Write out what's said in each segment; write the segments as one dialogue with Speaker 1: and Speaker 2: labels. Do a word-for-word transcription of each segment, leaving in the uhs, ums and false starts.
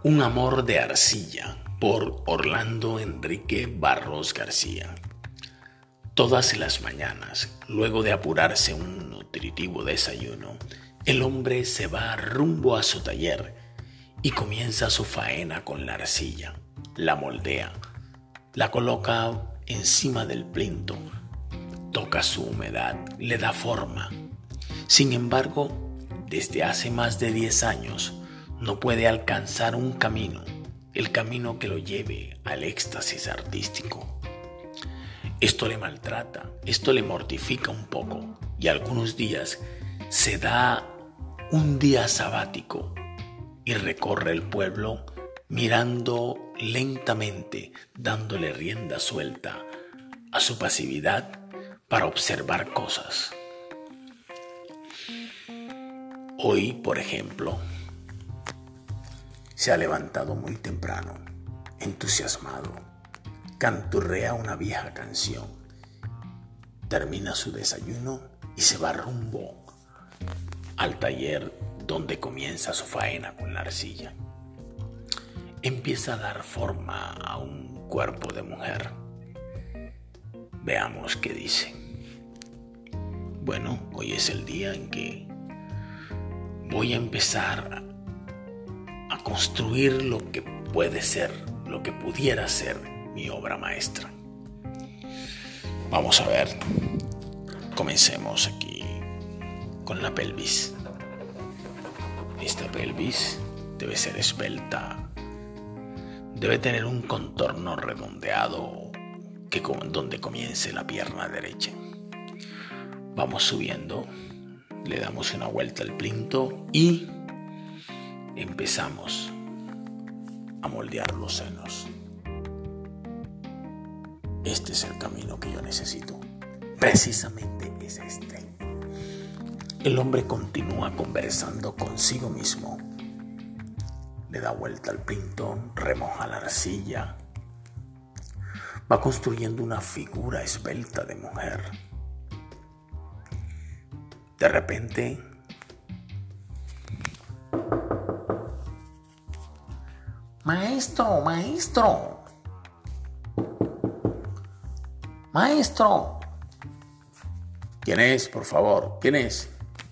Speaker 1: Un amor de arcilla por Orlando Enrique Barros García. Todas las mañanas, luego de apurarse un nutritivo desayuno, el hombre se va rumbo a su taller y comienza su faena con la arcilla. La moldea, la coloca encima del plinto, toca su humedad, le da forma. Sin embargo, desde hace más de diez años, no puede alcanzar un camino, el camino que lo lleve al éxtasis artístico. Esto le maltrata, esto le mortifica un poco y algunos días se da un día sabático y recorre el pueblo mirando lentamente, dándole rienda suelta a su pasividad para observar cosas. Hoy, por ejemplo, se ha levantado muy temprano, entusiasmado, canturrea una vieja canción, termina su desayuno y se va rumbo al taller donde comienza su faena con la arcilla. Empieza a dar forma a un cuerpo de mujer. Veamos qué dice. Bueno, hoy es el día en que voy a empezar a construir lo que puede ser, lo que pudiera ser mi obra maestra. Vamos a ver. Comencemos aquí con la pelvis. Esta pelvis debe ser esbelta. Debe tener un contorno redondeado que donde comience la pierna derecha. Vamos subiendo, le damos una vuelta al plinto y empezamos a moldear los senos. Este es el camino que yo necesito. Precisamente es este. El hombre continúa conversando consigo mismo. Le da vuelta al plinto, remoja la arcilla. Va construyendo una figura esbelta de mujer. De repente, Maestro, maestro, maestro. ¿Quién es, por favor? ¿Quién es?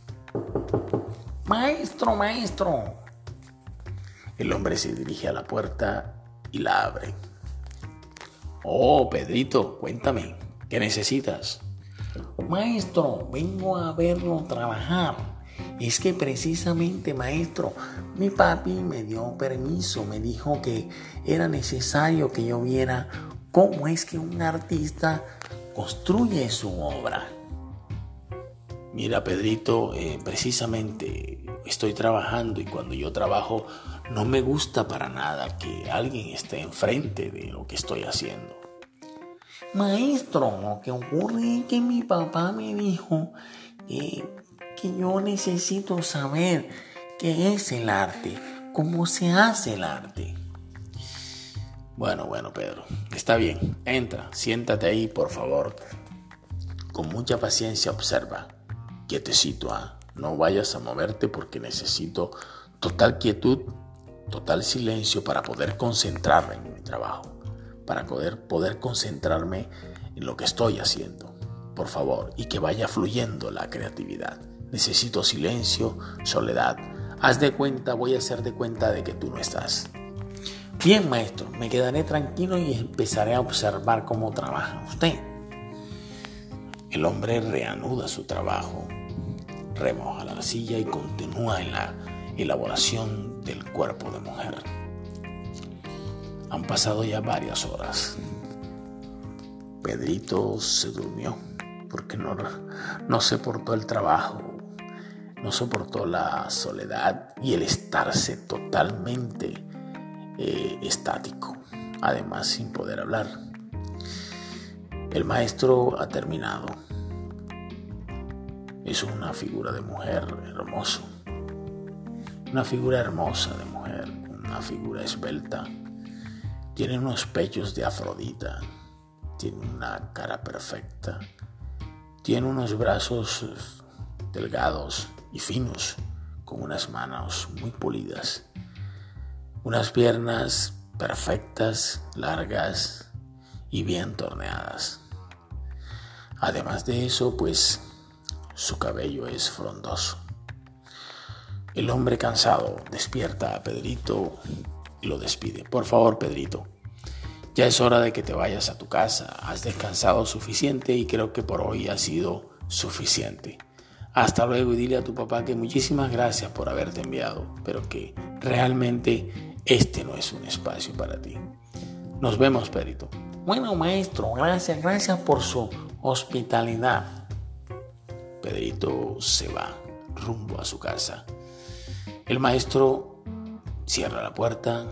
Speaker 1: Maestro, maestro. El hombre se dirige a la puerta y la abre. Oh, Pedrito, cuéntame, ¿qué necesitas? Maestro, vengo a verlo trabajar. Es que precisamente, maestro, mi papi me dio permiso, me dijo que era necesario que yo viera cómo es que un artista construye su obra. Mira, Pedrito, eh, precisamente estoy trabajando y cuando yo trabajo no me gusta para nada que alguien esté enfrente de lo que estoy haciendo. Maestro, lo que ocurre es que mi papá me dijo eh, que yo necesito saber qué es el arte, cómo se hace el arte. Bueno, bueno, Pedro, está bien, entra, siéntate ahí, por favor. Con mucha paciencia observa, quietecito, ¿ah? No vayas a moverte porque necesito total quietud, total silencio para poder concentrarme en mi trabajo, para poder, poder concentrarme en lo que estoy haciendo, por favor, y que vaya fluyendo la creatividad. Necesito silencio, soledad. Haz de cuenta, voy a hacer de cuenta de que tú no estás. Bien, maestro, me quedaré tranquilo y empezaré a observar cómo trabaja usted. El hombre reanuda su trabajo, remoja la arcilla y continúa en la elaboración del cuerpo de mujer. Han pasado ya varias horas. Pedrito se durmió porque no, no soportó el trabajo. No soportó la soledad y el estarse totalmente eh, estático, además sin poder hablar. El maestro ha terminado. Es una figura de mujer hermoso, una figura hermosa de mujer, una figura esbelta. Tiene unos pechos de Afrodita, tiene una cara perfecta, tiene unos brazos delgados y finos, con unas manos muy pulidas. Unas piernas perfectas, largas y bien torneadas. Además de eso, pues su cabello es frondoso. El hombre cansado despierta a Pedrito y lo despide. Por favor, Pedrito, ya es hora de que te vayas a tu casa. Has descansado suficiente y creo que por hoy ha sido suficiente. Hasta luego y dile a tu papá que muchísimas gracias por haberte enviado, pero que realmente este no es un espacio para ti. Nos vemos, Pedrito. Bueno, maestro, gracias, gracias por su hospitalidad. Pedrito se va rumbo a su casa. El maestro cierra la puerta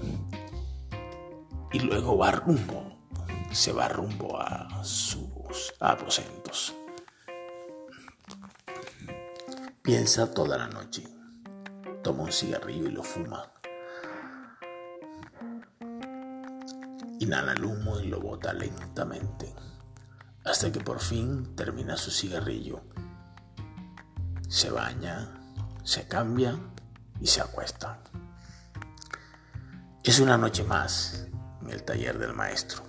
Speaker 1: y luego va rumbo, se va rumbo a sus aposentos. Piensa toda la noche, toma un cigarrillo y lo fuma. Inhala el humo y lo bota lentamente, hasta que por fin termina su cigarrillo. Se baña, se cambia y se acuesta. Es una noche más en el taller del maestro.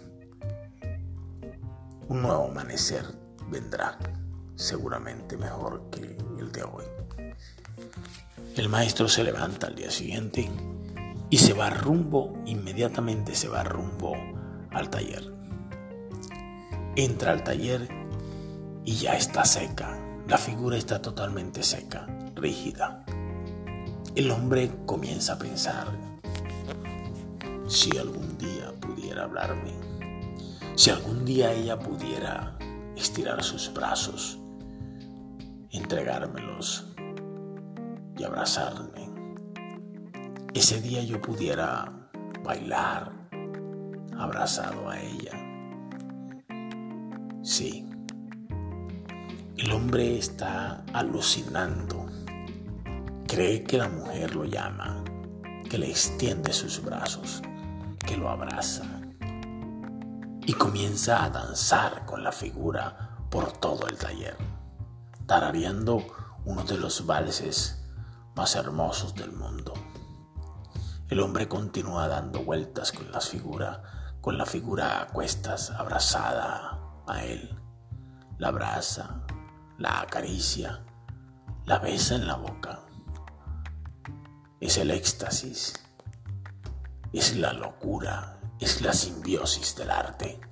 Speaker 1: Un nuevo amanecer vendrá, seguramente mejor que el de hoy. El maestro se levanta al día siguiente y se va rumbo, inmediatamente se va rumbo al taller. Entra al taller y ya está seca. La figura está totalmente seca, rígida. El hombre comienza a pensar: si algún día pudiera hablarme, si algún día ella pudiera estirar sus brazos, entregármelos y abrazarme, ese día yo pudiera bailar abrazado a ella. Sí, el hombre está alucinando. Cree que la mujer lo llama, que le extiende sus brazos, que lo abraza y comienza a danzar con la figura por todo el taller, tarareando uno de los valses más hermosos del mundo. El hombre continúa dando vueltas con la figura, con la figura a cuestas, abrazada a él. La abraza, la acaricia, la besa en la boca. Es el éxtasis, es la locura, es la simbiosis del arte.